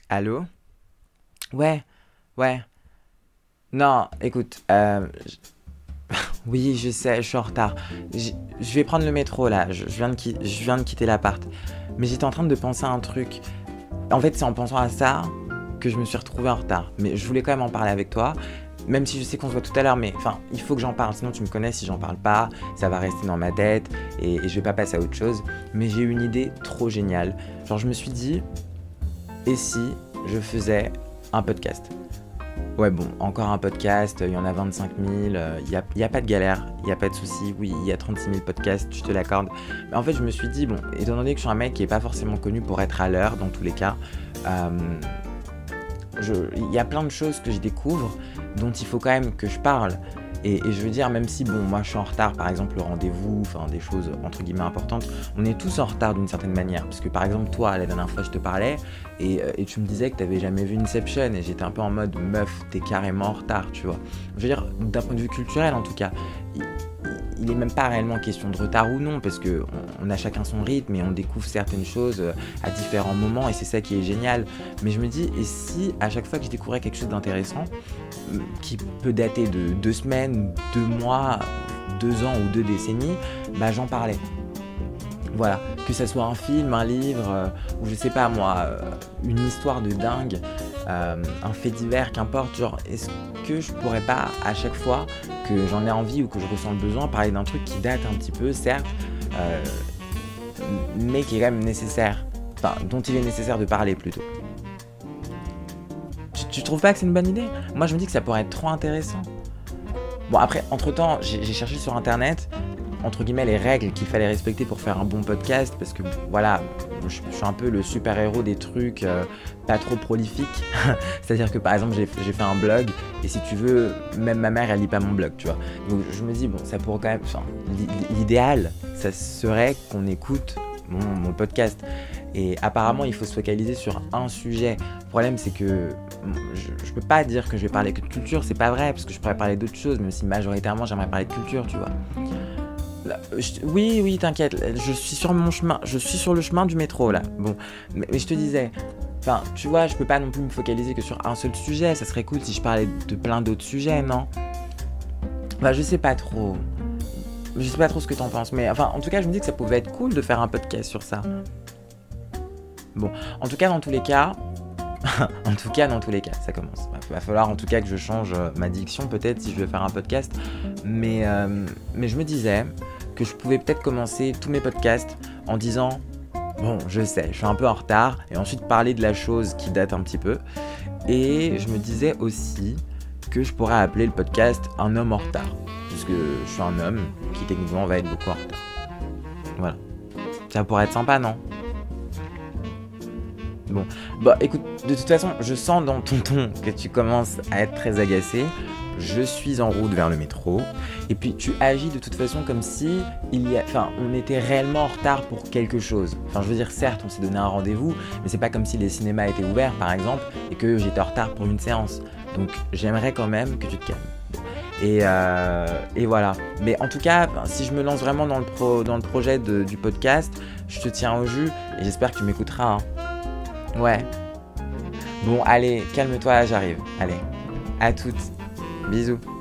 Allô? Ouais, ouais. Non, écoute, oui, je sais, je suis en retard. Je vais prendre le métro là, je viens de quitter l'appart. Mais j'étais en train de penser à un truc. En fait, c'est en pensant à ça que je me suis retrouvé en retard. Mais je voulais quand même en parler avec toi. Même si je sais qu'on se voit tout à l'heure, mais enfin, il faut que j'en parle. Sinon, tu me connais, si j'en parle pas, ça va rester dans ma tête et je vais pas passer à autre chose. Mais j'ai eu une idée trop géniale. Genre, je me suis dit, et si je faisais un podcast? Ouais, bon, encore un podcast, il y en a 25 000, y a pas de galère, il y a pas de souci. Oui, il y a 36 000 podcasts, je te l'accorde. Mais en fait, je me suis dit, bon, étant donné que je suis un mec qui est pas forcément connu pour être à l'heure, dans tous les cas, euh, il y a plein de choses que je découvre dont il faut quand même que je parle. Et je veux dire, même si, bon, moi je suis en retard, par exemple, le rendez-vous, enfin des choses entre guillemets importantes, on est tous en retard d'une certaine manière. Parce que par exemple, toi, la dernière fois, je te parlais et tu me disais que tu n'avais jamais vu Inception et j'étais un peu en mode meuf, t'es carrément en retard, tu vois. Je veux dire, d'un point de vue culturel en tout cas, il n'est même pas réellement question de retard ou non, parce que on a chacun son rythme et on découvre certaines choses à différents moments et c'est ça qui est génial. Mais je me dis, et si à chaque fois que je découvrais quelque chose d'intéressant, qui peut dater de 2 semaines, 2 mois, 2 ans ou 2 décennies, bah j'en parlais. Voilà, que ça soit un film, un livre, ou je sais pas moi, une histoire de dingue, un fait divers, qu'importe, genre, est-ce que je pourrais pas, à chaque fois que j'en ai envie ou que je ressens le besoin, parler d'un truc qui date un petit peu, certes, euh, mais qui est quand même nécessaire, enfin, dont il est nécessaire de parler plutôt. Tu trouves pas que c'est une bonne idée? Moi, je me dis que ça pourrait être trop intéressant. Bon, après, entre-temps, j'ai cherché sur Internet, entre guillemets, les règles qu'il fallait respecter pour faire un bon podcast, parce que, voilà, je suis un peu le super-héros des trucs pas trop prolifiques. C'est-à-dire que, par exemple, j'ai fait un blog, et si tu veux, même ma mère, elle lit pas mon blog, tu vois. Donc, je me dis, bon, ça pourrait quand même... Enfin, l'idéal, ça serait qu'on écoute mon podcast. Et apparemment, il faut se focaliser sur un sujet. Le problème, c'est que je peux pas dire que je vais parler que de culture, c'est pas vrai, parce que je pourrais parler d'autres choses, même si majoritairement j'aimerais parler de culture, tu vois. Là, oui, oui, t'inquiète, je suis sur mon chemin, je suis sur le chemin du métro là. Bon, mais je te disais, enfin, tu vois, je peux pas non plus me focaliser que sur un seul sujet. Ça serait cool si je parlais de plein d'autres sujets, non? Bah, je sais pas trop. Je sais pas trop ce que t'en penses, mais enfin, en tout cas, je me dis que ça pouvait être cool de faire un podcast sur ça. Bon, en tout cas, dans tous les cas, dans tous les cas, ça commence. Il va falloir en tout cas que je change ma diction peut-être si je veux faire un podcast. Mais je me disais que je pouvais peut-être commencer tous mes podcasts en disant bon, je sais, je suis un peu en retard, et ensuite parler de la chose qui date un petit peu. Et je me disais aussi que je pourrais appeler le podcast Un homme en retard, puisque je suis un homme qui techniquement va être beaucoup en retard. Voilà. Ça pourrait être sympa, non? Bon, bah écoute, de toute façon, je sens dans ton ton que tu commences à être très agacé. Je suis en route vers le métro. Et puis tu agis de toute façon comme si on était réellement en retard pour quelque chose. Enfin, je veux dire, certes, on s'est donné un rendez-vous, mais c'est pas comme si les cinémas étaient ouverts, par exemple, et que j'étais en retard pour une séance. Donc, j'aimerais quand même que tu te calmes. Et voilà. Mais en tout cas, si je me lance vraiment dans le projet du podcast, je te tiens au jus et j'espère que tu m'écouteras, hein. Ouais. Bon, allez, calme-toi, j'arrive. Allez, à toutes. Bisous.